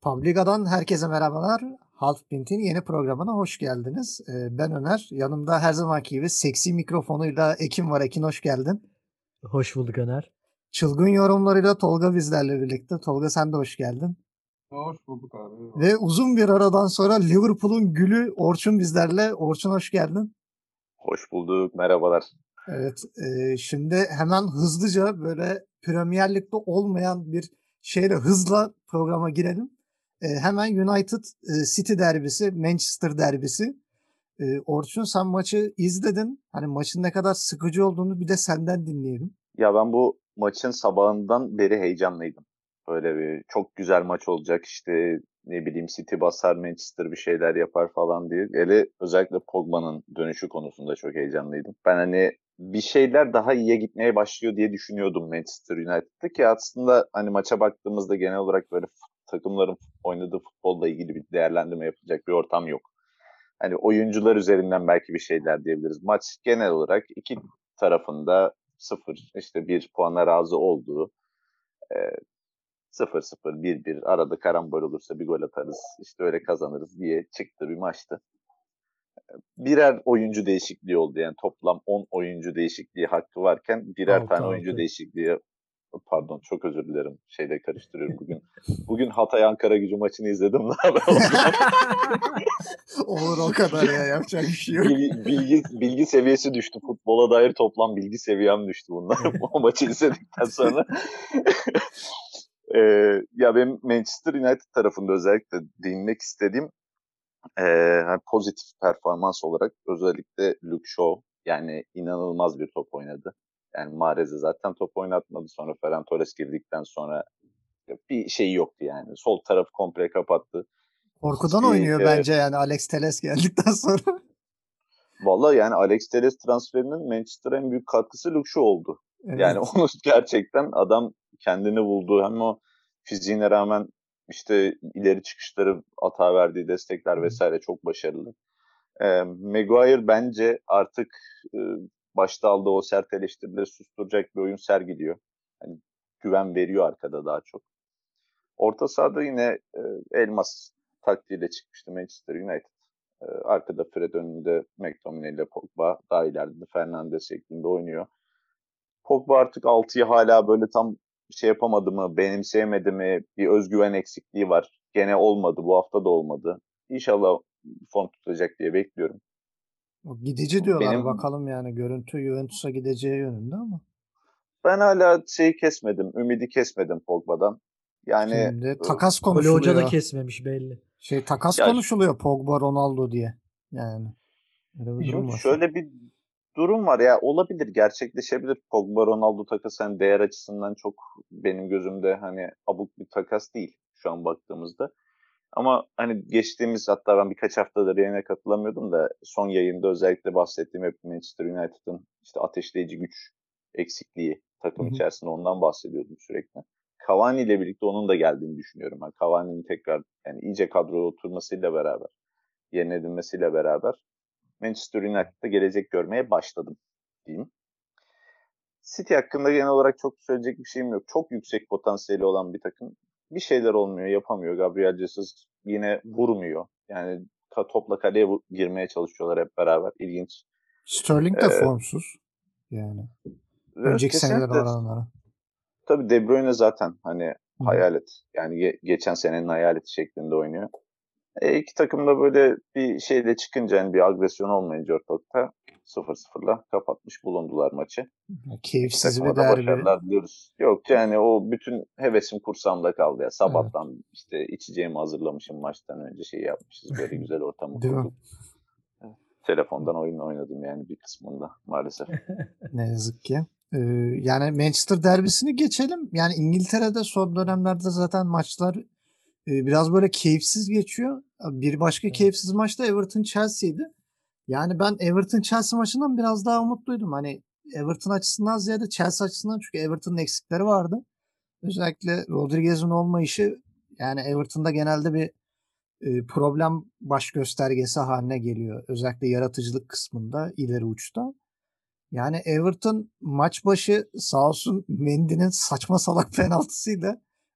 Publica'dan herkese merhabalar. Half Pint'in yeni programına hoş geldiniz. Ben Öner. Yanımda her zamanki gibi seksi mikrofonuyla Ekin var. Ekin hoş geldin. Hoş bulduk Öner. Çılgın yorumlarıyla Tolga bizlerle birlikte. Tolga sen de hoş geldin. Hoş bulduk abi. Ve uzun bir aradan sonra Liverpool'un gülü Orçun bizlerle. Orçun hoş geldin. Hoş bulduk, merhabalar. Evet, şimdi hemen hızlıca böyle Premier Lig'de olmayan bir şeyle hızla programa girelim. Hemen United City derbisi, Manchester derbisi. Orçun sen maçı izledin. Hani maçın ne kadar sıkıcı olduğunu bir de senden dinleyelim. Ya ben bu maçın sabahından beri heyecanlıydım. Böyle bir çok güzel maç olacak işte ne bileyim City basar Manchester bir şeyler yapar falan diye. Hele özellikle Pogba'nın dönüşü konusunda çok heyecanlıydım. Ben hani bir şeyler daha iyiye gitmeye başlıyor diye düşünüyordum Manchester United'da ki aslında hani maça baktığımızda genel olarak böyle takımların oynadığı futbolla ilgili bir değerlendirme yapacak bir ortam yok. Hani oyuncular üzerinden belki bir şeyler diyebiliriz. Maç genel olarak iki tarafında 0 işte 1 puana razı olduğu 0-0 1-1 arada karambol olursa bir gol atarız işte öyle kazanırız diye çıktı bir maçtı. Birer oyuncu değişikliği oldu yani toplam 10 oyuncu değişikliği hakkı varken birer Altı, tane altı. oyuncu değişikliği pardon çok özür dilerim şeyde karıştırıyorum bugün. Bugün Hatay Ankara Gücü maçını izledim da Olur o kadar ya yapacak bir şey yok. bilgi seviyesi düştü. Futbola dair toplam bilgi seviyem düştü bunlar. O maçı izledikten sonra. Ya benim Manchester United tarafında özellikle değinmek istediğim hani pozitif performans olarak özellikle Luke Shaw yani inanılmaz bir top oynadı. Yani Mahrez'e zaten top oynatmadı. Sonra Ferran Torres girdikten sonra bir şey yoktu yani. Sol tarafı komple kapattı. Korkudan Hiçbir oynuyor bence yani Alex Telles geldikten sonra. vallahi yani Alex Telles transferinin Manchester'a en büyük katkısı Luke Shaw oldu. Evet. Yani onu gerçekten adam kendini buldu. Hem o fiziğine rağmen işte ileri çıkışları hata verdiği destekler vesaire çok başarılı. Maguire bence artık e, başta aldığı o sert eleştirileri susturacak bir oyun sergiliyor. Yani güven veriyor arkada daha çok. Orta sahada yine Elmas taktiğiyle çıkmıştı Manchester United. Arkada Fred önünde McTominay ile Pogba daha ileride de Fernandes şeklinde oynuyor. Pogba artık 6'yı hala böyle tam şey yapamadı mı, benimseyemedi mi, bir özgüven eksikliği var. Gene olmadı, bu hafta da olmadı. İnşallah form tutacak diye bekliyorum. O gidici diyorlar Benim bakalım yani görüntü Juventus'a gideceği yönünde ama. ben hala ümidi kesmedim Pogba'dan. Yani Şimdi takas Kole Hoca da konuşuluyor. kesmemiş belli. Takas ya konuşuluyor Pogba Ronaldo diye. Yani öyle bir durum şimdi var şu an. şöyle bir durum var ya olabilir gerçekleşebilir. Pogba Ronaldo takası hani değer açısından çok benim gözümde hani abuk bir takas değil şu an baktığımızda. Ama hani geçtiğimiz hatta ben birkaç haftadır yayına katılamıyordum da son yayında özellikle bahsettiğim hep Manchester United'ın işte ateşleyici güç eksikliği Hı takım hı. içerisinde ondan bahsediyordum sürekli. Cavani ile birlikte onun da geldiğini düşünüyorum. Yani Cavani'nin tekrar yani iyice kadroya oturmasıyla beraber, yerine edilmesiyle beraber Manchester United'da gelecek görmeye başladım diyeyim. City hakkında genel olarak çok söyleyecek bir şeyim yok. Çok yüksek potansiyeli olan bir takım. Bir şeyler olmuyor, yapamıyor. Gabriel Jesus yine vurmuyor. Yani topla kaleye girmeye çalışıyorlar hep beraber. İlginç. Sterling de Ee, formsuz. Yani evet, önceki seneler kesinlikle. oranlara. Tabii De Bruyne zaten hani Hı hı. hayalet. Yani geçen senenin hayaleti şeklinde oynuyor. İki takım da böyle bir şeyle çıkınca yani bir agresyon olmayınca ortalıkta 0-0'la kapatmış bulundular maçı. İki Keyifsiz bir takıma da derbi. başarılar diliyoruz. Yok yani o bütün hevesim kursamda kaldı ya. Evet. Sabahtan işte içeceğimi hazırlamışım maçtan önce şey yapmışız. Böyle güzel ortamı Değil mi? kurduk. Telefondan oyun oynadım yani bir kısmında maalesef. Ne yazık ki. Yani Manchester derbisini geçelim. Yani İngiltere'de son dönemlerde zaten maçlar biraz böyle keyifsiz geçiyor. Bir başka Evet. keyifsiz maç da Everton Chelsea'ydi. Yani ben Everton Chelsea maçından biraz daha umutluydum. Hani Everton açısından ziyade Chelsea açısından çünkü Everton'ın eksikleri vardı. Özellikle Rodriguez'in olmayışı yani Everton'da genelde bir problem baş göstergesi haline geliyor. Özellikle yaratıcılık kısmında ileri uçta. Yani Everton maç başı sağ olsun Mendy'nin saçma salak penaltısıyla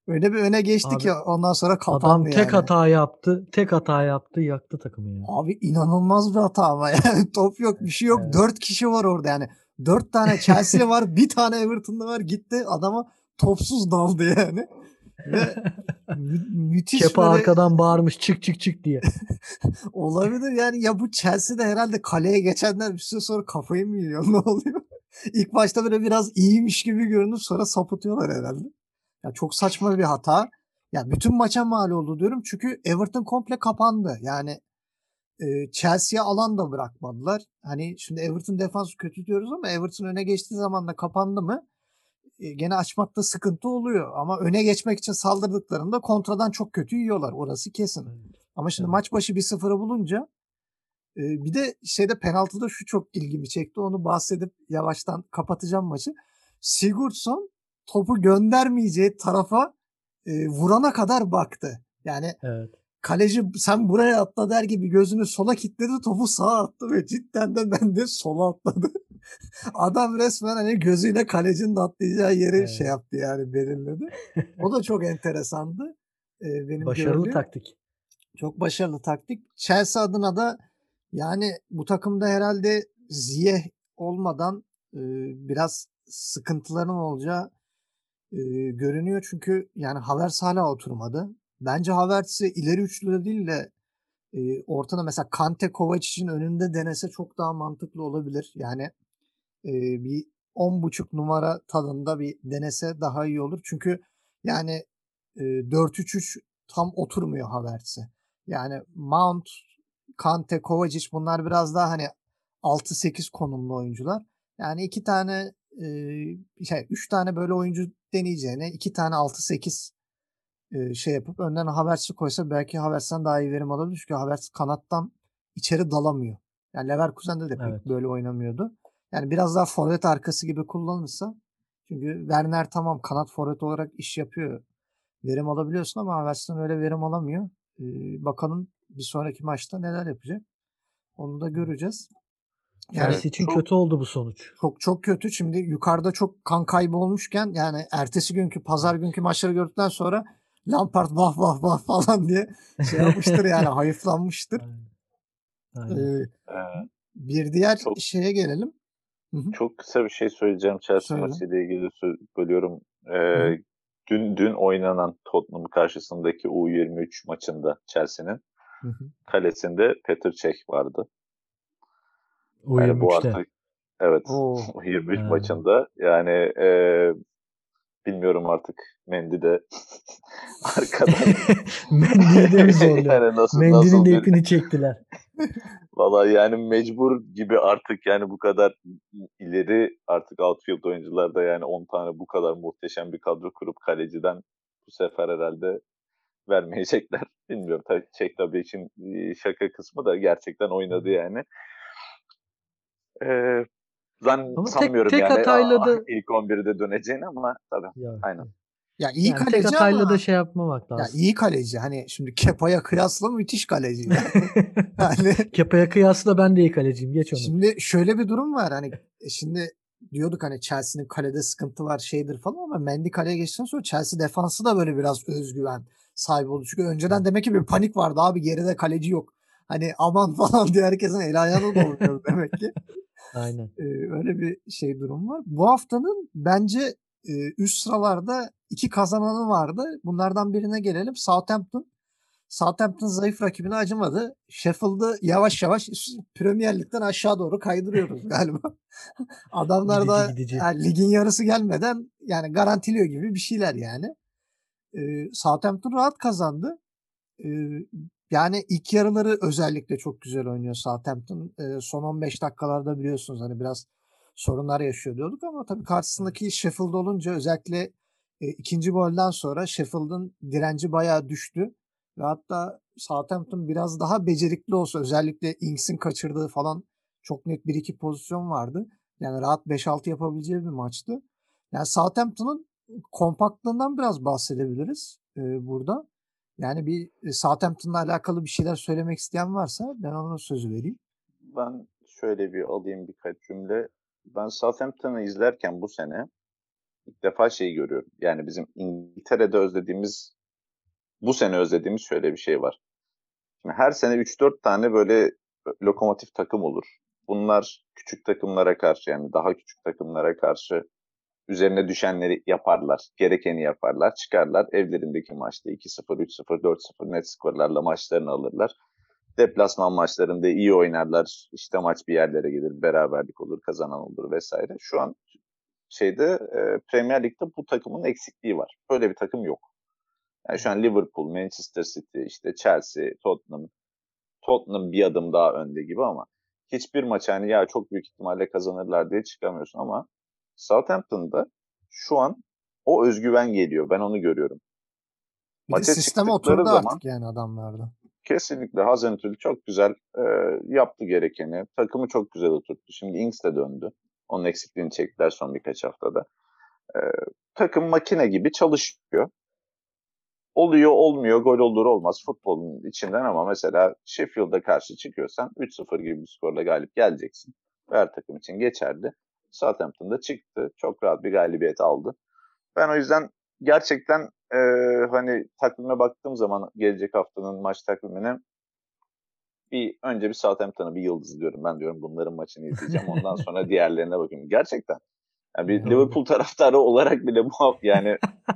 Öyle bir öne geçti Abi ki ondan sonra adam kapandı tek yani. hata yaptı. Tek hata yaptı. Yaktı takımı ya. Abi inanılmaz bir hata ama yani top yok, bir şey yok. Evet. 4 kişi var orada yani. 4 tane Chelsea'li var, bir tane Everton'da var. Gitti adama topsuz daldı yani. Ve müthiş Kepa böyle arkadan bağırmış çık çık çık diye. olabilir yani. Ya bu Chelsea'de herhalde kaleye geçenler bir süre sonra kafayı mı yiyor, ne oluyor? İlk başta böyle biraz iyiymiş gibi görünüp sonra sapıtıyorlar herhalde. Ya çok saçma bir hata. Ya bütün maça mal oldu diyorum çünkü Everton komple kapandı. Yani Chelsea'ye alan da bırakmadılar. Hani şimdi Everton defansı kötü diyoruz ama Everton öne geçtiği zaman da kapandı mı gene açmakta sıkıntı oluyor. Ama öne geçmek için saldırdıklarında kontradan çok kötü yiyorlar. Orası kesin. Evet. Ama şimdi Evet. maç başı 1-0'ı bulunca bir de şeyde penaltıda şu çok ilgimi çekti. Onu bahsedip yavaştan kapatacağım maçı. Sigurdsson topu göndermeyeceği tarafa vurana kadar baktı. Yani Evet. kaleci sen buraya atla der gibi gözünü sola kilitledi, topu sağa attı ve cidden de ben de sola atladı. Adam resmen hani gözüyle kalecinin de atlayacağı yeri şey Evet. yaptı yani, belirledi. O da çok enteresandı benim Başarılı gördüğüm. taktik. Çok başarılı taktik. Chelsea adına da yani bu takımda herhalde Ziyech olmadan biraz sıkıntıların olacağı görünüyor. Çünkü yani Havertz hala oturmadı. Bence Havertz'i ileri üçlüde değil de ortada mesela Kante Kovacic'in önünde denese çok daha mantıklı olabilir. Yani bir 10.5 numara tadında bir denese daha iyi olur. Çünkü yani 4-3-3 tam oturmuyor Havertz'e. Yani Mount, Kante, Kovacic bunlar biraz daha hani 6-8 konumlu oyuncular. Yani iki tane üç tane böyle oyuncu deneyeceğine iki tane 6-8 şey yapıp önden Havertz'i koysa belki Havertz'ten daha iyi verim alabilir. Çünkü Havertz kanattan içeri dalamıyor. Yani Leverkusen'de de pek Evet. böyle oynamıyordu. Yani biraz daha forvet arkası gibi kullanılırsa, çünkü Werner tamam kanat forvet olarak iş yapıyor. Verim alabiliyorsun ama Havertz'ten öyle verim alamıyor. Bakalım bir sonraki maçta neler yapacak. Onu da göreceğiz. Yani Chelsea için Çok kötü oldu bu sonuç. çok çok kötü. Şimdi yukarıda çok kan kaybı olmuşken yani ertesi günkü pazar günkü maçları gördükten sonra Lampard vah vah vah falan diye şey yapmıştır yani, hayıflanmıştır. Aynen. Aynen. Ee, e, bir diğer çok şeye gelelim. Hı hı. çok kısa bir şey söyleyeceğim Chelsea Söyle. maçıyla ilgili bölüyorum. Hı hı. Dün oynanan Tottenham karşısındaki U23 maçında Chelsea'nin Hı hı. kalesinde Petr Cech vardı. Yani bu U23'te. artık evet Oo. U23 Ha. maçında yani bilmiyorum artık Mendy de arkadan Mendy'yi de mi zorluyor? yani Mendy'nin nasıl de bir ipini çektiler. vallahi yani mecbur gibi artık yani bu kadar ileri artık outfield oyuncularda yani 10 tane bu kadar muhteşem bir kadro kurup kaleciden bu sefer herhalde vermeyecekler. Bilmiyorum tabii Çek tabii için şaka kısmı da gerçekten oynadı yani. Ee, Ama tek sanmıyorum tek yani hatayla da ilk 11'de döneceğini ama tabii ya, aynen. Ya iyi yani tek kaleci hatayla da ama şey yapmamak ya lazım. iyi kaleci. Hani şimdi Kepa'ya kıyasla müthiş kaleci yani. Yani Kepa'ya kıyasla ben de iyi kaleciyim. Geç onu. şimdi şöyle bir durum var. Hani şimdi diyorduk hani Chelsea'nin kalede sıkıntı var şeydir falan ama Mendy kaleye geçtikten sonra Chelsea defansı da böyle biraz özgüven sahibi oldu. Çünkü önceden demek ki bir panik vardı abi, geride kaleci yok. Hani aman falan diye herkesin el ayağını dolanıyor demek ki. Aynen. Öyle bir şey durum var. Bu haftanın bence üst sıralarda iki kazananı vardı. Bunlardan birine gelelim. Southampton. Southampton zayıf rakibine acımadı. Sheffield'ı yavaş yavaş Premier Lig'den aşağı doğru kaydırıyoruz galiba. Adamlar Gidici da gidici. ligin yarısı gelmeden yani garantiliyor gibi bir şeyler yani. Southampton rahat kazandı. Yani ilk yarıları özellikle çok güzel oynuyor Southampton. Son 15 dakikalarda biliyorsunuz hani biraz sorunlar yaşıyor diyorduk ama tabii karşısındaki Sheffield olunca özellikle ikinci golden sonra Sheffield'ın direnci bayağı düştü. Ve hatta Southampton biraz daha becerikli olsa, özellikle Ings'in kaçırdığı falan çok net bir iki pozisyon vardı. Yani rahat 5-6 yapabileceği bir maçtı. Yani Southampton'ın kompaktlığından biraz bahsedebiliriz burada. Yani bir Southampton'la alakalı bir şeyler söylemek isteyen varsa ben ona sözü vereyim. Ben şöyle bir alayım birkaç cümle. Ben Southampton'ı izlerken bu sene ilk defa şeyi görüyorum. Yani bizim İngiltere'de özlediğimiz, bu sene özlediğimiz şöyle bir şey var. Şimdi her sene 3-4 tane böyle lokomotif takım olur. Bunlar küçük takımlara karşı, yani daha küçük takımlara karşı üzerine düşenleri yaparlar. Gerekeni yaparlar. Çıkarlar. Evlerindeki maçta 2-0, 3-0, 4-0 net skorlarla maçlarını alırlar. Deplasman maçlarında iyi oynarlar. İşte maç bir yerlere gelir. Beraberlik olur. Kazanan olur vesaire. Şu an Premier Lig'de bu takımın eksikliği var. Böyle bir takım yok. Yani şu an Liverpool, Manchester City, işte Chelsea, Tottenham bir adım daha önde gibi ama hiçbir maç hani ya çok büyük ihtimalle kazanırlar diye çıkamıyorsun ama Southampton'da şu an o özgüven geliyor. Ben onu görüyorum. Bir de Maça sistem çıktıkları oturdu zaman artık yani adamlarda. kesinlikle Hasenhüttl çok güzel yaptı gerekeni. Takımı çok güzel oturttu. Şimdi Ings de döndü. Onun eksikliğini çektiler son birkaç haftada. E, Takım makine gibi çalışıyor. Oluyor olmuyor, gol olur olmaz futbolun içinden ama mesela Sheffield'a karşı çıkıyorsan 3-0 gibi bir skorla galip geleceksin. Her takım için geçerli. Southampton'da çıktı. Çok rahat bir galibiyet aldı. Ben o yüzden gerçekten hani takvime baktığım zaman gelecek haftanın maç takvimine önce bir Southampton'a bir yıldız diyorum. Ben diyorum bunların maçını izleyeceğim. Ondan sonra diğerlerine bakayım. Gerçekten. Yani bir Doğru. Liverpool taraftarı olarak bile yani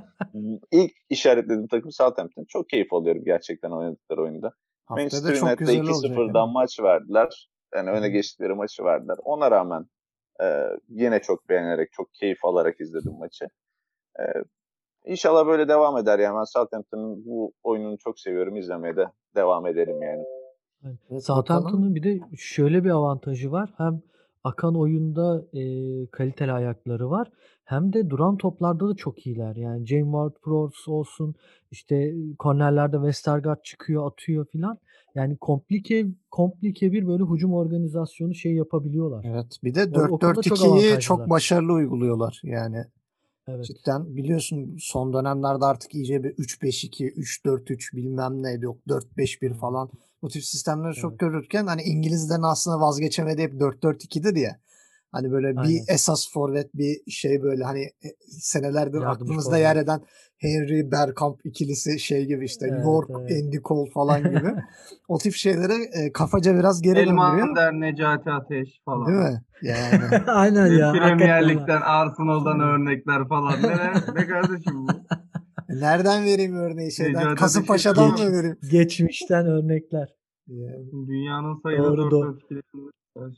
ilk işaretlediğim takım Southampton. Çok keyif alıyorum gerçekten oynadıkları oyunda. Haftaya da Manchester çok United'da güzel olacak. 2-0'dan maç verdiler. Yani öne geçtikleri maçı verdiler. Ona rağmen yine çok beğenerek, çok keyif alarak izledim maçı. E, İnşallah böyle devam eder. Yani ben Southampton'ın bu oyununu çok seviyorum. İzlemeye de devam ederim yani. Evet. Evet, bakalım. Southampton'ın bir de şöyle bir avantajı var. Hem akan oyunda kaliteli ayakları var. Hem de duran toplarda da çok iyiler. Yani James Ward-Prowse olsun, işte kornerlerde Westergaard çıkıyor, atıyor filan. Yani komplike bir böyle hücum organizasyonu yapabiliyorlar. Evet. Bir de O konuda çok 4-4-2'yi çok avantajlılar. başarılı uyguluyorlar. Yani Evet. cidden biliyorsun son dönemlerde artık iyice bir 3-5-2, 3-4-3 bilmem ne yok 4-5-1 falan bu tip sistemleri çok Evet. görürken hani İngilizlerin aslında vazgeçemediği hep 4-4-2'dir ya. Hani böyle bir Aynen. esas forvet bir böyle hani senelerdir Yardımcı aklımızda yer forvet. eden Henry Bergkamp ikilisi gibi işte Evet, York, evet. Andy Cole falan gibi. O tip şeyleri kafaca biraz geri Elman döndürüyor. Der, Necati Ateş Değil falan. mi? Yani. Aynen ya. Premier Hakikaten ha. Lig'den, Arsenal'dan örnekler falan. Ne kardeşim bu? Nereden vereyim örneği şeyden? Necati Ateş'i Kasımpaşa'dan mı Geç, tanımam. vereyim? geçmişten örnekler. Yani. Dünyanın sayılı Doğru, 4-4-2'lerinde.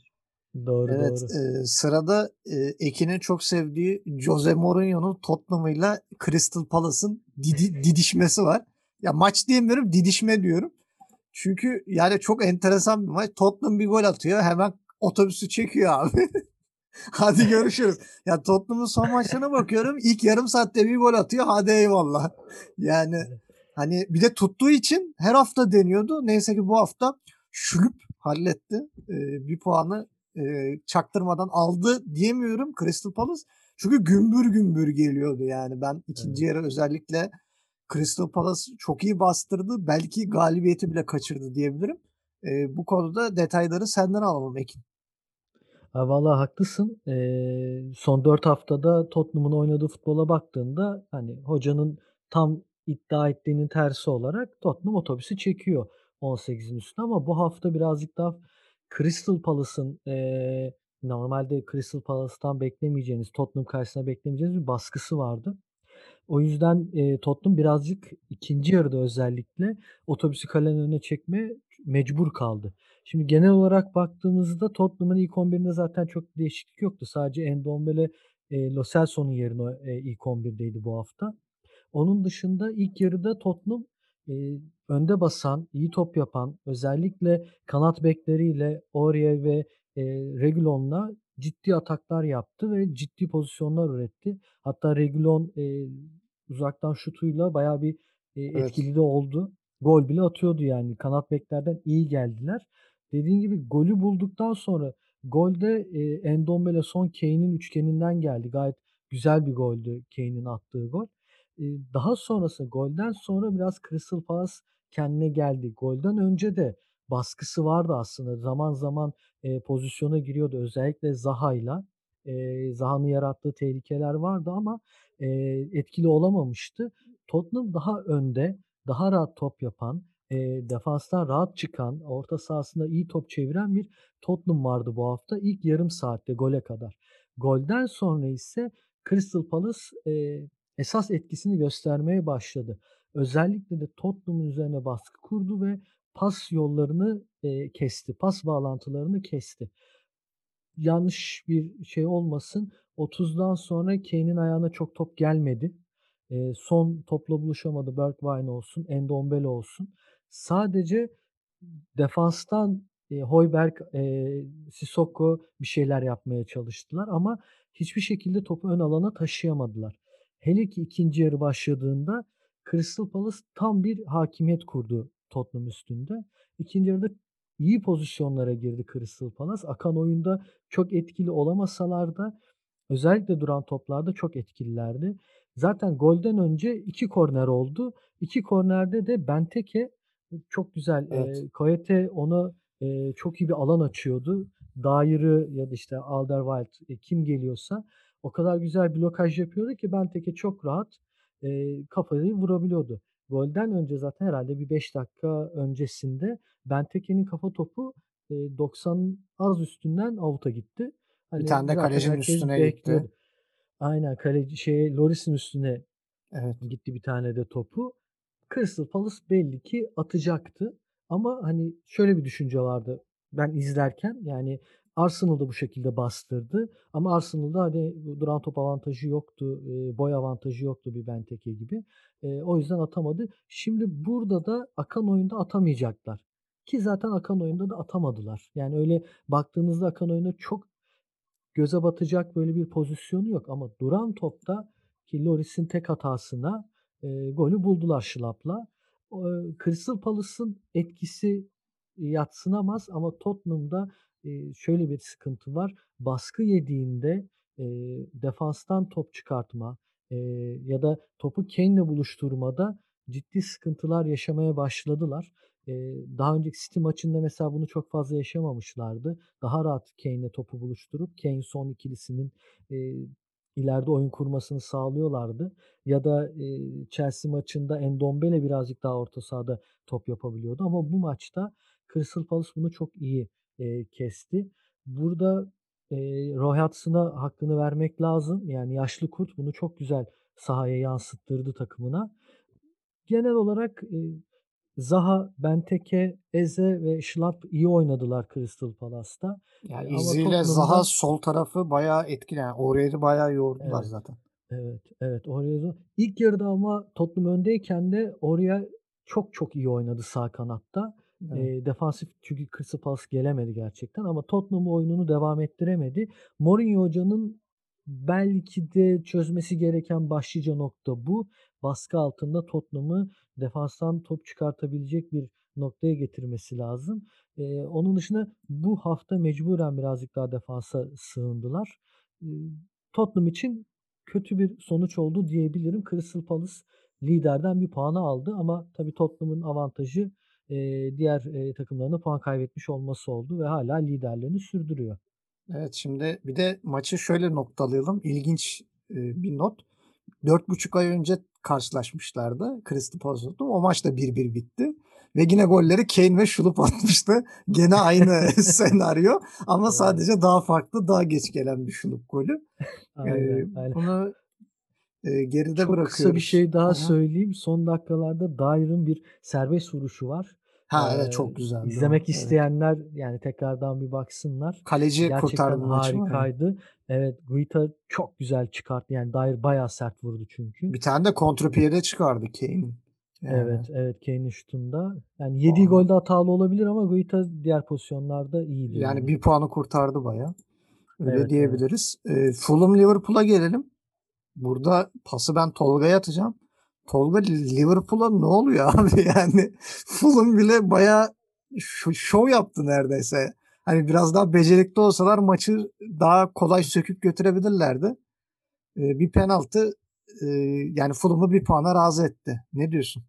doğru, Evet, doğru. sırada Ekin'in çok sevdiği Jose Mourinho'nun Tottenham'ıyla Crystal Palace'ın didişmesi var. Ya maç diyemiyorum, didişme diyorum. Çünkü yani çok enteresan bir maç. Tottenham bir gol atıyor, hemen otobüsü çekiyor abi. Hadi görüşürüz. Ya Tottenham'ın son maçlarına bakıyorum. İlk yarım saatte bir gol atıyor. Hadi eyvallah. Yani Evet. hani bir de tuttuğu için her hafta deniyordu. Neyse ki bu hafta şulup halletti. Bir puanı çaktırmadan aldı diyemiyorum Crystal Palace. Çünkü gümbür gümbür geliyordu yani. Ben ikinci Evet. yarı özellikle Crystal Palace çok iyi bastırdı. Belki galibiyeti bile kaçırdı diyebilirim. Bu konuda detayları senden alalım Ekin. Vallahi haklısın. Son 4 haftada Tottenham'ın oynadığı futbola baktığında hani hocanın tam iddia ettiğinin tersi olarak Tottenham otobüsü çekiyor 18'in üstüne ama bu hafta birazcık daha Crystal Palace'ın normalde Crystal Palace'tan beklemeyeceğiniz, Tottenham karşısında beklemeyeceğiniz bir baskısı vardı. O yüzden Tottenham birazcık ikinci yarıda özellikle otobüsü kalenin önüne çekmeye mecbur kaldı. Şimdi genel olarak baktığımızda Tottenham'ın ilk 11'inde zaten çok bir değişiklik yoktu. Sadece Ndombele, Lo Celso'nun yerine ilk 11'deydi bu hafta. Onun dışında ilk yarıda Tottenham, önde basan, iyi top yapan, özellikle kanat bekleriyle Aurier ve Reguilon'la ciddi ataklar yaptı ve ciddi pozisyonlar üretti. Hatta Reguilon, uzaktan şutuyla bayağı bir, Evet. etkili de oldu. Gol bile atıyordu yani. Kanat beklerden iyi geldiler. Dediğin gibi golü bulduktan sonra golde, Ndombele son Kane'in üçgeninden geldi. Gayet güzel bir goldü Kane'in attığı gol. Daha sonrası golden sonra biraz Crystal Palace kendine geldi. Golden önce de baskısı vardı aslında. Zaman zaman, pozisyona giriyordu özellikle Zaha'yla. Zaha'nın yarattığı tehlikeler vardı ama etkili olamamıştı. Tottenham daha önde, daha rahat top yapan, defanstan rahat çıkan, orta sahasında iyi top çeviren bir Tottenham vardı bu hafta ilk yarım saatte gole kadar. Golden sonra ise Crystal Palace esas etkisini göstermeye başladı. Özellikle de Tottenham'ın üzerine baskı kurdu ve pas yollarını kesti. Pas bağlantılarını kesti. Yanlış bir şey olmasın, 30'dan sonra Kane'in ayağına çok top gelmedi. Son topla buluşamadı. Bergwijn olsun, Ndombele olsun. Sadece defanstan Højbjerg, Sissoko bir şeyler yapmaya çalıştılar ama hiçbir şekilde topu ön alana taşıyamadılar. Hele ki ikinci yarı başladığında Crystal Palace tam bir hakimiyet kurdu Tottenham üstünde. İkinci yarıda iyi pozisyonlara girdi Crystal Palace. Akan oyunda çok etkili olamasalar da özellikle duran toplarda çok etkililerdi. Zaten golden önce 2 korner oldu. 2 kornerde de Benteke çok güzel, Evet. Koyate ona, çok iyi bir alan açıyordu. Dyer ya da işte Alderweireld, kim geliyorsa o kadar güzel blokaj yapıyordu ki Benteke çok rahat, kafayı vurabiliyordu. Golden önce zaten herhâlde bir 5 dakika öncesinde Benteke'nin kafa topu, 90 az üstünden out'a gitti. Bir Hani tane de zaten kalecinin herkes üstüne gitti. bekliyordu. Aynen kaleci Lloris'in üstüne Evet. gitti bir tane de topu. Crystal Palace belli ki atacaktı ama hani şöyle bir düşünce vardı ben izlerken yani Arsenal da bu şekilde bastırdı ama Arsenal'da hani duran top avantajı yoktu, boy avantajı yoktu bir Benteke gibi. O yüzden atamadı. Şimdi burada da akan oyunda atamayacaklar ki zaten akan oyunda da atamadılar. Yani öyle baktığınızda akan oyunda çok göze batacak böyle bir pozisyonu yok ama duran topta ki Lloris'in tek hatasına, golü buldular Schlupp'la. Crystal Palace'ın etkisi yadsınamaz ama Tottenham'da, şöyle bir sıkıntı var. Baskı yediğinde, defanstan top çıkartma, ya da topu Kane'le buluşturmada ciddi sıkıntılar yaşamaya başladılar. Daha önceki City maçında mesela bunu çok fazla yaşamamışlardı. Daha rahat Kane'le topu buluşturup Kane son ikilisinin, ileride oyun kurmasını sağlıyorlardı. Ya da, Chelsea maçında Ndombele birazcık daha orta sahada top yapabiliyordu ama bu maçta Crystal Palace bunu çok iyi, kesti. Burada, Roy Hodgson'a hakkını vermek lazım. Yani yaşlı kurt bunu çok güzel sahaya yansıttırdı takımına. Genel olarak, Zaha, Benteke, Eze ve Schlupp iyi oynadılar Crystal Palace'ta. Yani Ama Izzy ile Zaha Tottenham'da sol tarafı bayağı etkili. Yani Aurier'i bayağı yordular evet, zaten. evet, evet. Oraya ilk yarıda ama Tottenham öndeyken de oraya çok çok iyi oynadı sağ kanatta. Evet. Defansif çünkü Crystal Palace gelemedi gerçekten ama Tottenham oyununu devam ettiremedi. Mourinho hocanın belki de çözmesi gereken başlıca nokta bu. Baskı altında Tottenham'ı defanstan top çıkartabilecek bir noktaya getirmesi lazım. Onun dışında bu hafta mecburen birazcık daha defansa sığındılar. Tottenham için kötü bir sonuç oldu diyebilirim. Crystal Palace liderden bir puanı aldı ama tabii Tottenham'ın avantajı, diğer, takımlarına puan kaybetmiş olması oldu ve hâlâ liderliğini sürdürüyor. Evet, şimdi bir de maçı şöyle noktalayalım. İlginç, bir not. 4,5 ay önce karşılaşmışlardı Crystal Palace'la. O maç da 1-1 bitti ve yine golleri Kane ve Schlupp atmıştı. Gene aynı senaryo ama Evet. sadece daha farklı, daha geç gelen bir Schlupp golü. Aynen, aynen. Bunu, geride Çok kısa bir bırakıyoruz. şey Hı daha hı. söyleyeyim. Son dakikalarda Dyer'ın bir serbest vuruşu var. Ha, evet, çok güzeldi o. İzlemek Evet. isteyenler yani tekrardan bir baksınlar. Kaleci Gerçekten kurtardı maçı ama ya. harikaydı. Evet, Guaita çok güzel çıkarttı. Yani Dyer bayağı sert vurdu çünkü. Bir tane de kontrpiyede çıkardı Kane'in. Evet, Yani evet Kane'in şutunda. Yani yediği puanı. golde hatalı olabilir ama Guaita diğer pozisyonlarda iyiydi Yani yani. bir puanı kurtardı bayağı. Öyle Evet, evet. diyebiliriz. Fulham Liverpool'a gelelim. Burada pası ben Tolga'ya atacağım. Tolga Liverpool'a ne oluyor abi yani Fulham bile bayağı şov yaptı neredeyse. Hani biraz daha becerikli olsalar maçı daha kolay söküp götürebilirlerdi. Bir penaltı yani Fulham'ı bir puana razı etti. Ne diyorsun?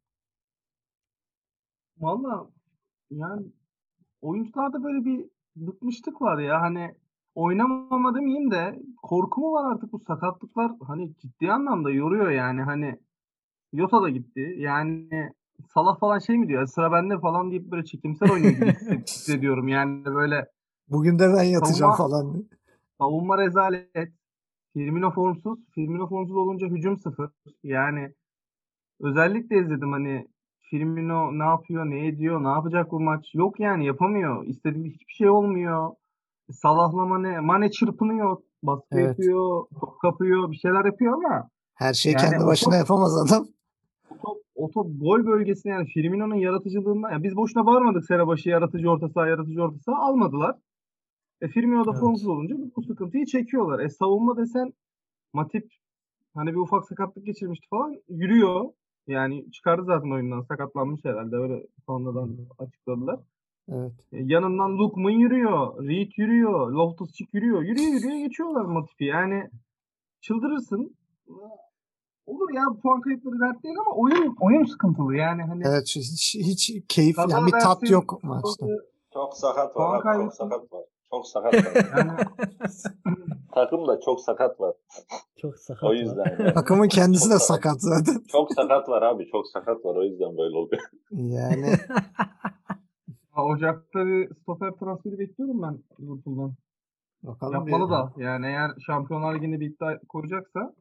Valla yani oyuncularda böyle bir bıkmışlık var ya. Hani oynamama demeyeyim de korku mu var artık bu sakatlıklar hani ciddi anlamda yoruyor yani hani Yota da gitti. Yani Salah falan şey mi diyor? Sıra bende falan deyip böyle çekimsel oynuyor gibi hissediyorum. Yani böyle Bugün de ben yatacağım savunma falan diye. savunma rezalet. Firmino formsuz. Firmino formsuz olunca hücum sıfır. Yani özellikle izledim hani Firmino ne yapıyor, ne ediyor, ne yapacak bu maç? Yok yani yapamıyor. İstediği hiçbir şey olmuyor. Salah'la Mane çırpınıyor, baskı Evet. yapıyor, top kapıyor, bir şeyler yapıyor ama Her şeyi yani kendi başına yapamaz adam. o top gol bölgesine yani Firmino'nun yaratıcılığından yani biz boşuna bağırmadık sene başı yaratıcı orta saha almadılar. Firmino da formsuz Evet. olunca bu sıkıntıyı çekiyorlar. Savunma desen Matip hani bir ufak sakatlık geçirmişti falan yürüyor. Yani çıkardı zaten oyundan sakatlanmış herhalde öyle Hı sonradan hı. açıkladılar. Evet. Yanından Lookman yürüyor, Reed yürüyor, Loftus-Cheek yürüyor. Yürüye geçiyorlar Matip'i. Yani çıldırırsın. Olur ya bu puan kayıpları dert değil ama oyun sıkıntılı yani hani Evet. Hiç keyif yani kaza bir tat dersin, yok maçta. Çok sakat var puan abi. Çok kaybetsin. sakat var. Çok sakat var. Yani Takımda çok sakat var. Çok O sakat var. yüzden yani. Takımın kendisi Çok de sakat. sakat zaten. Çok sakat var abi. Çok sakat var. O yüzden böyle oluyor. Yani Ocak'ta bir stoper transferi bekliyorum ben Liverpool'dan. bakalım bir Yapmalı da yani eğer Şampiyonlar Ligi'nde bir iddia koruyacaksa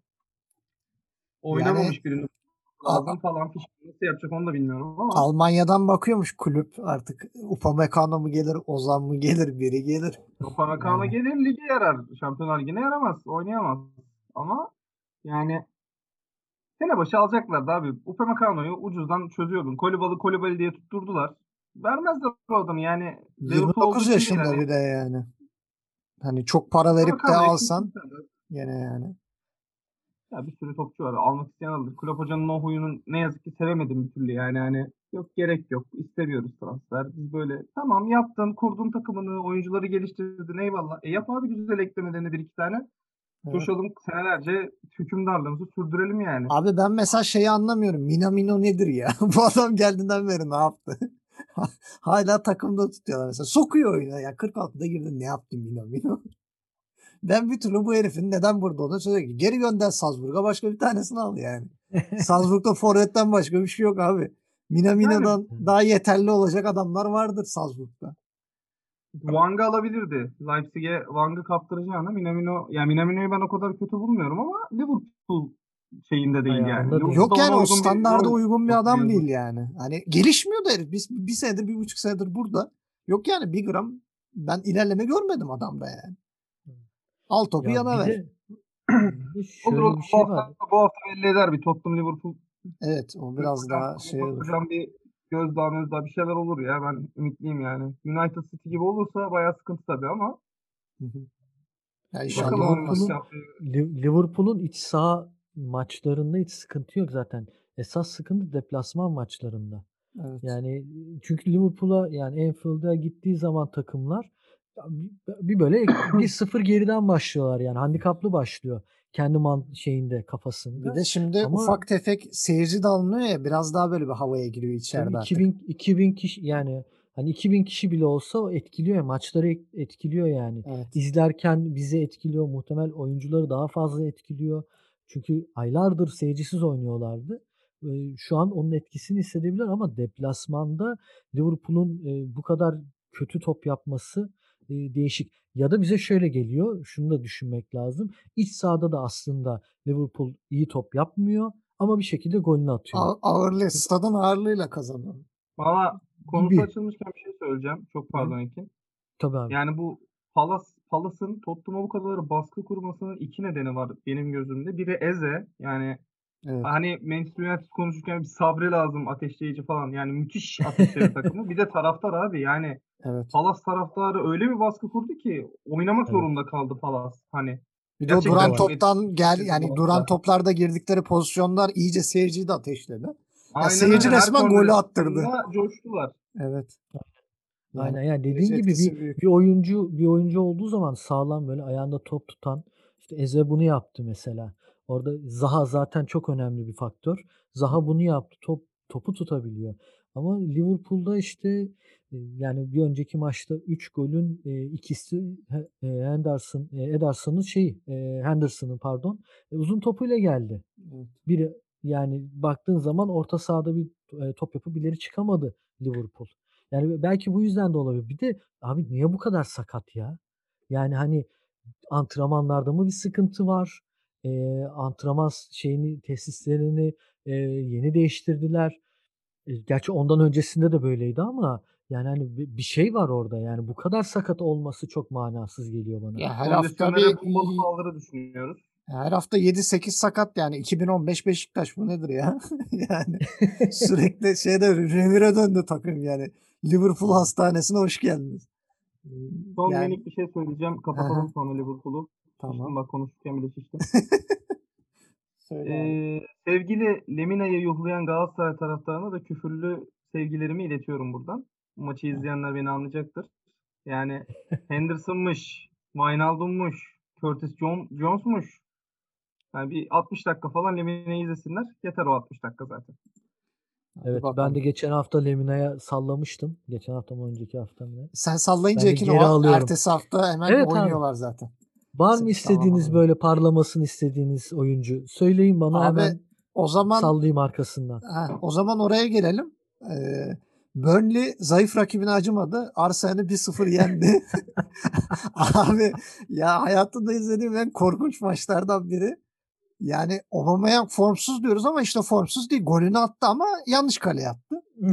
yani oynamamış birini A- lazım falan fiş. Nasıl yapacak onu da bilmiyorum ama Almanya'dan bakıyormuş kulüp artık Upamecano mu gelir, Ozan mı gelir, biri gelir. Upamecano Yani gelir lige yarar. Şampiyonlar Ligi'ne yaramaz. Oynayamaz. Ama yani sene başı alacaklardı abi. Upamecano'yu ucuzdan çözüyordun. Kolibali diye tutturdular. Vermezler o adamı yani. Liverpool olduğu 29 için değil yaşında hani. bir de yani. Hani çok para verip de Upamecano'yu alsan kesinlikle. gene yani. Ya bir sürü topçu var. Almak isteyen alır. Klopp Hoca'nın o huyunu ne yazık ki sevemedim bir türlü. Yani hani yok gerek yok. İstemiyoruz transfer. Biz böyle tamam yaptın, kurdun takımını, oyuncuları geliştirdin eyvallah. Yap abi güzel eklemelerini bir iki tane. Evet. Coşalım senelerce hükümdarlığımızı sürdürelim yani. Abi ben mesela şeyi anlamıyorum. Minamino nedir ya? Bu adam geldiğinden beri ne yaptı? Hala takımda tutuyorlar mesela. Sokuyor oyuna ya. 46'da girdin ne yaptın Minamino? Ben bir türlü bu herifin neden burada olduğunu söylüyorum ki. Geri gönder Salzburg'a başka bir tanesini al yani. Salzburg'da forvetten başka bir şey yok abi. Yani Minamino'dan daha yeterli olacak adamlar vardır Salzburg'da. Wang'ı alabilirdi. Leipzig'e Wang'ı kaptıracağına Minamino yani Minamino'yu ben o kadar kötü bulmuyorum ama Liverpool şeyinde değil yani. Ayarında değil. Liverpool'da Yok yani ona o uygun bir standarda rol uygun bir adam yapıyordu. değil yani. Hani gelişmiyor da herif. Biz bir senedir, 1,5 senedir burada. Yok yani bir gram ben ilerleme görmedim adamda yani. Al topu Ya yana bir ver. de Olur şöyle olur bir şey var. bu hafta belli eder bir Tottenham Liverpool. Evet o biraz Hocam, daha şey olur. hocam bir gözdağı bir şeyler olur ya ben ümitliyim yani. United City gibi olursa bayağı sıkıntı tabii ama Hı hı. Ya Ya inşallah bakalım önümüzdeki olmaz. haftaya. Liverpool'un iç saha maçlarında hiç sıkıntı yok zaten. Esas sıkıntı deplasman maçlarında. Evet. Yani çünkü Liverpool'a yani Anfield'a gittiği zaman takımlar ya bir böyle 1-0 geriden başlıyorlar yani handikaplı başlıyor kendi şeyinde Bir kafasında. de şimdi Ama ufak tefek seyirci de alınıyor ya biraz daha böyle bir havaya giriyor tabii içeride artık. 2000 kişi yani hani 2000 kişi bile olsa o etkiliyor ya, maçları etkiliyor yani. Evet. İzlerken bizi etkiliyor, muhtemel oyuncuları daha fazla etkiliyor. Çünkü aylardır seyircisiz oynuyorlardı. Şu an onun etkisini hissedebilir ama deplasmanda Liverpool'un bu kadar kötü top yapması değişik. Ya da bize şöyle geliyor, şunu da düşünmek lazım. İç sahada da aslında Liverpool iyi top yapmıyor ama bir şekilde golünü atıyor. Ağırlığı, stadın ağırlığıyla kazanıyor. Valla konusu Gibi. açılmışken bir şey söyleyeceğim. Çok Hı hı. pardon Ekin. Tabii abi. Yani bu Palace'ın Tottenham'a bu kadar baskı kurmasının iki nedeni var benim gözümde. Biri Eze. Yani Evet. hani Manchester United konuşurken bir Sabri lazım ateşleyici falan. Yani müthiş ateşledi takımı. Bir de taraftar abi. Yani Evet. Palace taraftarı öyle bir baskı kurdu ki oynamak Evet. zorunda kaldı Palace. Hani Bir de o O da gerçekten duran var. çok toptan etkili yani bu duran hafta. toplarda girdikleri pozisyonlar iyice seyirciyi de ateşledi. Ya Aynen seyirci öyle. Her resmen kornere golü attırdı. çıktığında coştular. Evet. Yani Aynen. Yani dediğin seyirci gibi etkisi büyük. bir oyuncu olduğu zaman sağlam böyle ayağında top tutan işte Eze bunu yaptı mesela. Orada Zaha zaten çok önemli bir faktör. Zaha bunu yaptı. Topu tutabiliyor. Ama Liverpool'da işte yani bir önceki maçta 3 golün ikisi Ederson'un Henderson'ın pardon uzun topuyla geldi. Evet. Biri yani baktığın zaman orta sahada bir top yapıp ileri çıkamadı Liverpool. Yani belki bu yüzden de olabilir. Bir de abi niye bu kadar sakat ya? Yani hani antrenmanlarda mı bir sıkıntı var? Antrenman tesislerini yeni değiştirdiler. Gerçi ondan öncesinde de böyleydi ama yani hani bir şey var orada yani bu kadar sakat olması çok manasız geliyor bana. Ya her hafta Kondisyonere bombalı saldırı düşünüyoruz. her hafta 7-8 sakat yani 2015 Beşiktaş bu nedir ya? Yani sürekli revire döndü takım yani. Liverpool hastanesine hoş geldiniz. Son Yani minik bir şey söyleyeceğim. Kapatalım sonra Liverpool'u. tamam. Şiştim bak, konuşurken bile şiştim. Söyle abi. Sevgili Lemina'yı yuhlayan Galatasaray taraftarına da küfürlü sevgilerimi iletiyorum buradan. Bu maçı izleyenler beni anlayacaktır. Yani Henderson'mış, Wijnaldum'muş, Curtis Jones'muş. Yani bir 60 dakika falan Lemina'yı izlesinler. Yeter o 60 dakika zaten. Hadi Evet ben bakalım. de geçen hafta Lemina'ya sallamıştım. Geçen hafta mı önceki hafta mı ne? Sen sallayınca Ben de Ekin geri o alıyorum. ertesi hafta hemen Evet abi. oynuyorlar zaten. Var mı Seni istediğiniz sallamadan. böyle parlamasını istediğiniz oyuncu? Söyleyin bana Abi hemen o zaman sallayayım arkasından. o zaman oraya gelelim. Burnley zayıf rakibine acımadı. Arsenal'i 1-0 yendi. Abi ya hayatımda izlediğim en korkunç maçlardan biri. Yani Aubameyang formsuz diyoruz ama işte formsuz değil. Golünü attı ama yanlış kaleye attı.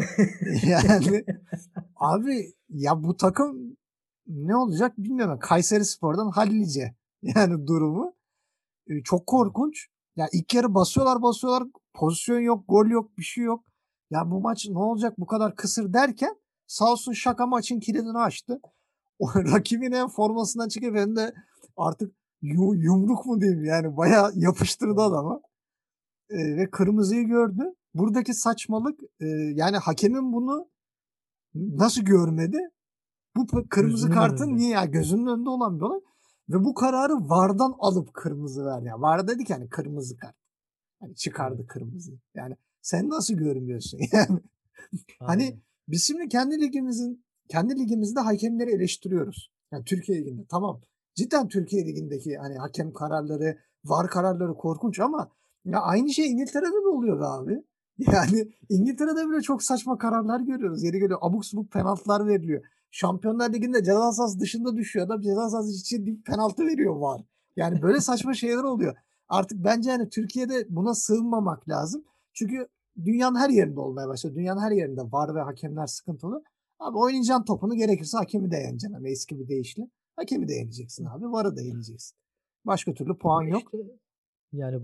Yani abi ya bu takım ne olacak bilmiyorum. Kayserispor'dan hallice yani durumu. Çok korkunç. Ya ilk yarı basıyorlar. Pozisyon yok, gol yok, bir şey yok. Ya bu maç ne olacak bu kadar kısır derken sağ olsun Şaka maçın kilidini açtı. O rakibin en formasından çıkıp hem de artık yumruk mu diyeyim yani bayağı yapıştırdı adama. Ve kırmızıyı gördü. Buradaki saçmalık yani hakemin bunu nasıl görmedi? Bu kırmızı Gözünün kartın önünde. niye ya gözünün önünde olan bir olay ve bu kararı VAR'dan alıp kırmızı ver ya. VAR dedi ki hani kırmızı kart. Hani çıkardı Evet. kırmızıyı. Yani sen nasıl görmüyorsun yani? Hani Aynen. biz şimdi kendi ligimizde hakemleri eleştiriyoruz. Yani Türkiye Ligi'nde tamam. Cidden Türkiye Ligi'ndeki hani hakem kararları, VAR kararları korkunç ama ya aynı şey İngiltere'de de oluyor be abi. Yani İngiltere'de bile çok saçma kararlar görüyoruz. Yeri geliyor abuk subuk penaltılar veriliyor. Şampiyonlar Ligi'nde ceza sahası dışında düşüyor adam ceza sahası içi bir penaltı veriyor VAR. Yani böyle saçma şeyler oluyor. Artık bence hani Türkiye'de buna sığınmamak lazım. Çünkü dünyanın her yerinde olmaya başladı. Dünyanın her yerinde VAR ve hakemler sıkıntılı. Abi oynayacaksın topunu gerekirse hakemi de yeneceksin. Hani eski bir deyişle. Hakemi de yeneceksin abi. VAR'ı da yeneceksin. Başka türlü puan Ama yok. işte yani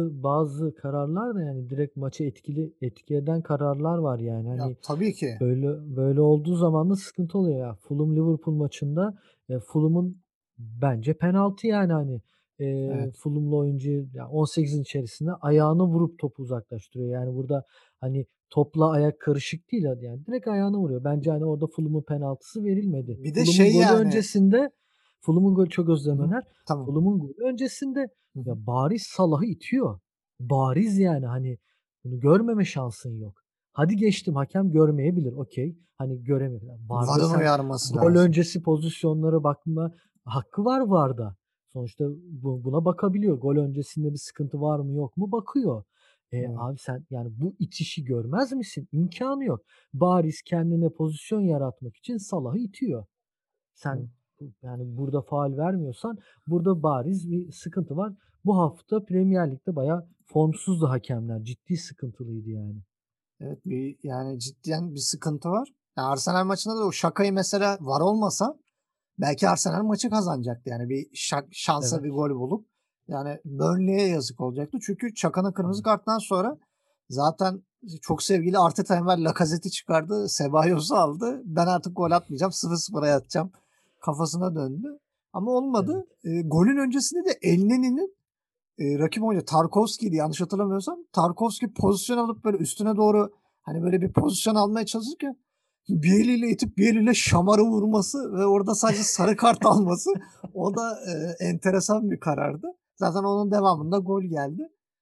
bazı kararlar da yani direkt maçı etki eden kararlar var yani. Ya Hani tabii ki. böyle olduğu zaman da sıkıntı oluyor ya. Fulham Liverpool maçında Fulham'ın bence penaltı yani hani Evet. Fulham'lı oyuncu ya 18'in içerisinde ayağını vurup topu uzaklaştırıyor. Yani burada hani topla ayak karışık değil yani direkt ayağına vuruyor. Bence hani orada Fulham'ın penaltısı verilmedi. Bir de şey yani. Fulham'ın golü çok özlem Hı, Öner. tamam. Fulham'ın golü öncesinde Hı hı. ya bariz Salah'ı itiyor. Bariz yani hani bunu görmeme şansın yok. Hadi geçtim hakem görmeyebilir. Okay. Hani göremiyor. VAR'da VAR'ın sen uyarması gol lazım. öncesi pozisyonlara bakma hakkı var VAR'da. Sonuçta buna bakabiliyor. Gol öncesinde bir sıkıntı var mı yok mu bakıyor. Evet. Abi sen yani bu itişi görmez misin? İmkanı yok. Bariz kendine pozisyon yaratmak için Salah'ı itiyor. Sen Evet. yani burada faul vermiyorsan burada bariz bir sıkıntı var. Bu hafta Premier Lig'de bayağı formsuzdu hakemler. Ciddi sıkıntılıydı yani. Evet yani cidden bir sıkıntı var. Yani Arsenal maçında da o Şaka'yı mesela VAR olmasa belki Arsenal maçı kazanacaktı. Yani bir şansa Evet. bir gol bulup yani Burnley'e yazık olacaktı. Çünkü Çaka'nın kırmızı Evet. karttan sonra zaten çok sevgili Arteta hemen Lacazette'i çıkardı. Cebalos'u aldı. Ben artık gol atmayacağım. 0-0'a yatacağım. Kafasına döndü. Ama olmadı. Evet. Golün öncesinde de Elneny'nin rakip oyuncu Tarkovski'ydi yanlış hatırlamıyorsam. Tarkovski pozisyon alıp böyle üstüne doğru hani böyle bir pozisyon almaya çalışırken bir eliyle itip bir eliyle şamarı vurması ve orada sadece sarı kart alması o da enteresan bir karardı. Zaten onun devamında gol geldi.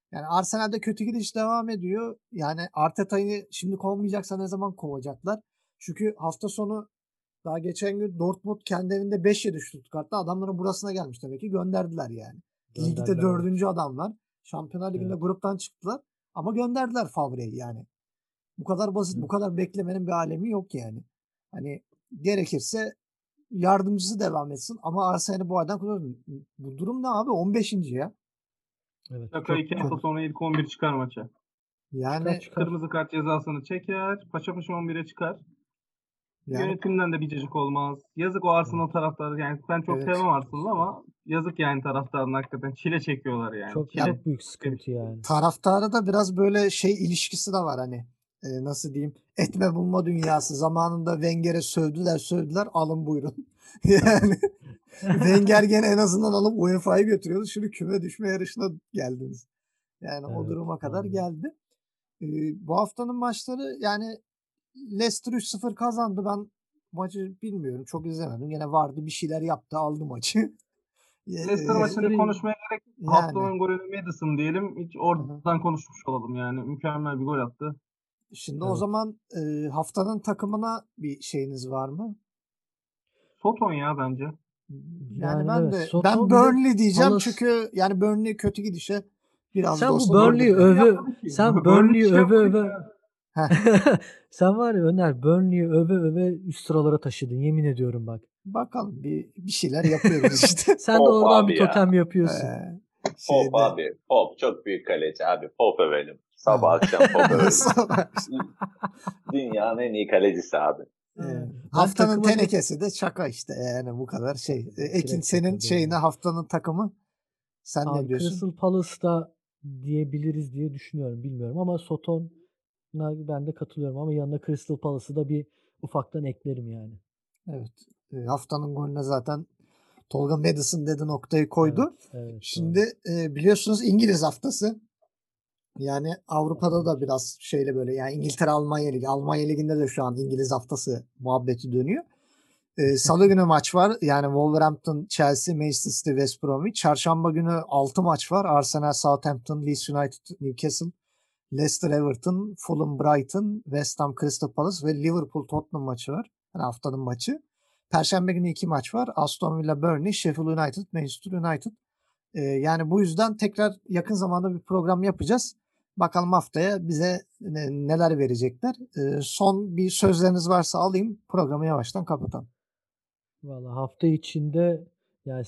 Yani Arsenal'de kötü gidiş devam ediyor. Yani Arteta'yı şimdi kovmayacaksa ne zaman kovacaklar? Çünkü hafta sonu daha geçen gün Dortmund kendi evinde 5-7 Stuttgart'ta adamların burasına gelmiş demek ki gönderdiler yani. Ligde Gönderdiler, evet. 4. adamlar. Şampiyonlar Ligi'nde Evet. gruptan çıktılar ama gönderdiler Fabre'yi yani. Bu kadar basit, bu Evet. kadar beklemenin bir alemi yok yani. Hani gerekirse yardımcısı devam etsin ama Arsenal'i bu aydan kurtarın. Bu durum ne abi? 15. ya. Evet. Şaka Çok 2 hafta çok sonra ilk 11 çıkar maça. çıkar Yani çıkar. Kırmızı kart cezasını çeker. Paşa paşa 11'e çıkar. yani Yönetimden de bir cacık olmaz. Yazık o Arsenal Evet. taraftarı. Yani ben çok evet. sevmem Arsenal'ı ama yazık yani taraftarın hakikaten. Çile çekiyorlar yani. Çok Çile. çok büyük sıkıntı yani. Taraftarı da biraz böyle şey ilişkisi de var hani. Nasıl diyeyim? Etme bulma dünyası. Zamanında Wenger'e sövdüler alın buyurun. Yani Wenger gene en azından alıp UEFA'yı götürüyordu. Şimdi küme düşme yarışına geldiniz. Yani o Evet. duruma kadar Aynen. geldi. Bu haftanın maçları yani Leicester 3-0 kazandı. Ben maçı bilmiyorum. Çok izlemedim. Yine vardı bir şeyler yaptı aldı maçı. Leicester maçını Leicester'ı konuşmaya gerek yok. Yani. Haftanın golünü Maddison diyelim. Hiç oradan konuşmuş olalım yani. Mükemmel bir gol attı. Şimdi o Evet. zaman haftanın takımına bir şeyiniz var mı? Soton ya bence. Yani Yani ben evet. de Soton ben bir de Burnley diyeceğim Palace. çünkü yani Burnley kötü gidişe biraz da Sen bu olsa Burnley'i durdurdu. sen Burnley Burnley'i şey öve yapmadı öve ya. sen var ya Öner, Burnley'i öve öve üst sıralara taşıdın, yemin ediyorum bak. Bakalım bir şeyler yapıyoruz işte. Sen de Pop oradan abi bir ya. totem yapıyorsun. Ee, Pop şeyde abi. Pop çok büyük kaleci abi. Pop övelim. Sabah Ha. akşam Pop övelim. Sonra- Dünyanın en iyi kalecisi abi. Ben haftanın takıma bir tenekesi de şaka işte yani bu kadar şey. Ekin direkt senin şaka şeyine doğru. haftanın takımı sen ne Abi diyorsun? Crystal Palace'da diyebiliriz diye düşünüyorum, bilmiyorum ama Soton'a ben de katılıyorum ama yanına Crystal Palace'ı da bir ufaktan eklerim yani. Evet. Haftanın golüne zaten Tolga Madison dedi noktayı koydu. Evet, evet doğru. Şimdi biliyorsunuz İngiliz haftası. Yani Avrupa'da Hafta da içi. biraz şeyle böyle yani İngiltere Almanya Ligi. Almanya Ligi'nde de şu an İngiliz haftası muhabbeti dönüyor. Salı günü maç var. Yani Wolverhampton, Chelsea, Manchester City, West Bromwich. Çarşamba günü 6 maç var. Arsenal, Southampton, Leeds United, Newcastle, Leicester, Everton, Fulham, Brighton, West Ham, Crystal Palace ve Liverpool, Tottenham maçı var. Yani haftanın maçı. Perşembe günü 2 maç var. Aston Villa, Burnley, Sheffield United, Manchester United. Yani bu yüzden tekrar yakın zamanda bir program yapacağız. Bakalım haftaya bize neler verecekler. Son bir sözleriniz varsa alayım. Programı yavaştan kapatalım. Valla hafta içinde yani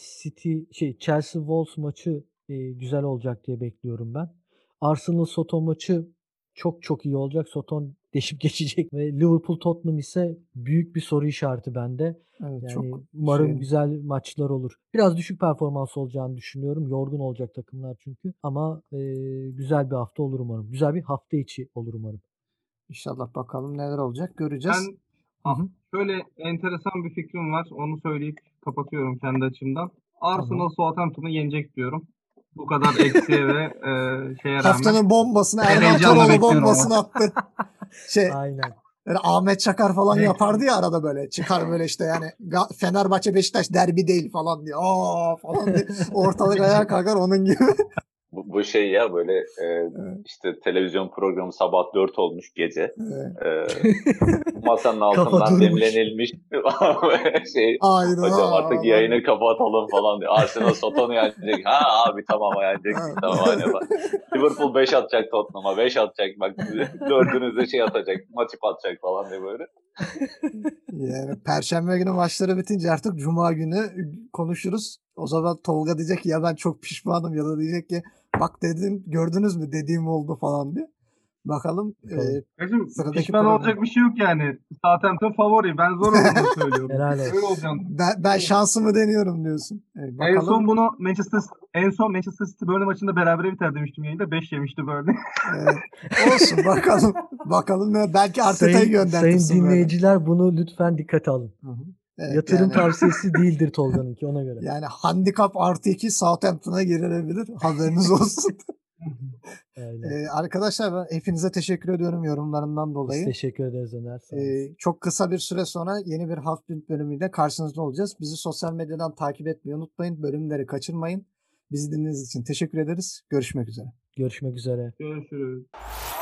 Chelsea Wolves maçı güzel olacak diye bekliyorum ben. Arsenal Soton maçı çok çok iyi olacak. Soton deşip geçecek ve Liverpool Tottenham ise büyük bir soru işareti bende. Evet, Yani çok umarım güzel maçlar olur. Biraz düşük performans olacağını düşünüyorum. Yorgun olacak takımlar çünkü. Ama güzel bir hafta olur umarım. Güzel bir hafta içi olur umarım. İnşallah bakalım neler olacak göreceğiz. Ben Hı hı. şöyle enteresan bir fikrim var. Onu söyleyip kapatıyorum kendi açımdan. Arsenal Tamam. Southampton'ı yenecek diyorum. Bu kadar eksiğe ve şeye rağmen. Haftanın bombasını Ben Erman heyecanla Toroğlu bekliyorum bombasını attı. Aynen. Böyle Ahmet Çakar falan Ne? yapardı ya arada böyle. Çıkar böyle işte yani Fenerbahçe Beşiktaş derbi değil falan diye. Aa falan diye ortalık ayağa kalkar onun gibi. Bu şey ya böyle Evet. işte televizyon programı sabah 4 olmuş gece. Evet. Masanın Kafa altından durmuş. demlenilmiş şey Aynen. hocam artık yayını kapatalım falan diye. Arsenal Soton'u yenecek. Ha abi tamam yenecek. Tamam hani Liverpool 5 atacak Tottenham'a 5 atacak. Bak dördünüz de şey atacak. Matip atacak falan diye böyle. Yani Perşembe günü maçları bitince artık Cuma günü konuşuruz. O zaman Tolga diyecek ki ya ben çok pişmanım ya da diyecek ki bak dedim gördünüz mü dediğim oldu falan diye. Bakalım Bakalım. Kardeşim sıradaki pişman program. olacak bir şey yok yani. Southampton favori. Ben zor olduğunu söylüyorum. Helal olsun. Öyle olacağını. Ben şansımı deniyorum diyorsun. En Bakalım. son bunu Manchester City Burnley maçında berabere biter demiştim yayında. 5 yemişti Burnley. Olsun bakalım. Bakalım ne belki Arteta'yı Sayın göndertirsin böyle. dinleyiciler bunu lütfen dikkate alın. Hı hı. Evet, Yatırım yani, tavsiyesi değildir Tolga'nınki, ona göre. yani handikap +2 Southampton'a girilebilir. Haberiniz olsun. Aynen. Arkadaşlar ben hepinize teşekkür ediyorum yorumlarından Biz dolayı. teşekkür ederiz Öner. Sağ olasın. Çok kısa bir süre sonra yeni bir Half-Build bölümüyle karşınızda olacağız. Bizi sosyal medyadan takip etmeyi unutmayın. Bölümleri kaçırmayın. Bizi dinlediğiniz için teşekkür ederiz. Görüşmek üzere. Görüşmek üzere. Görüşürüz.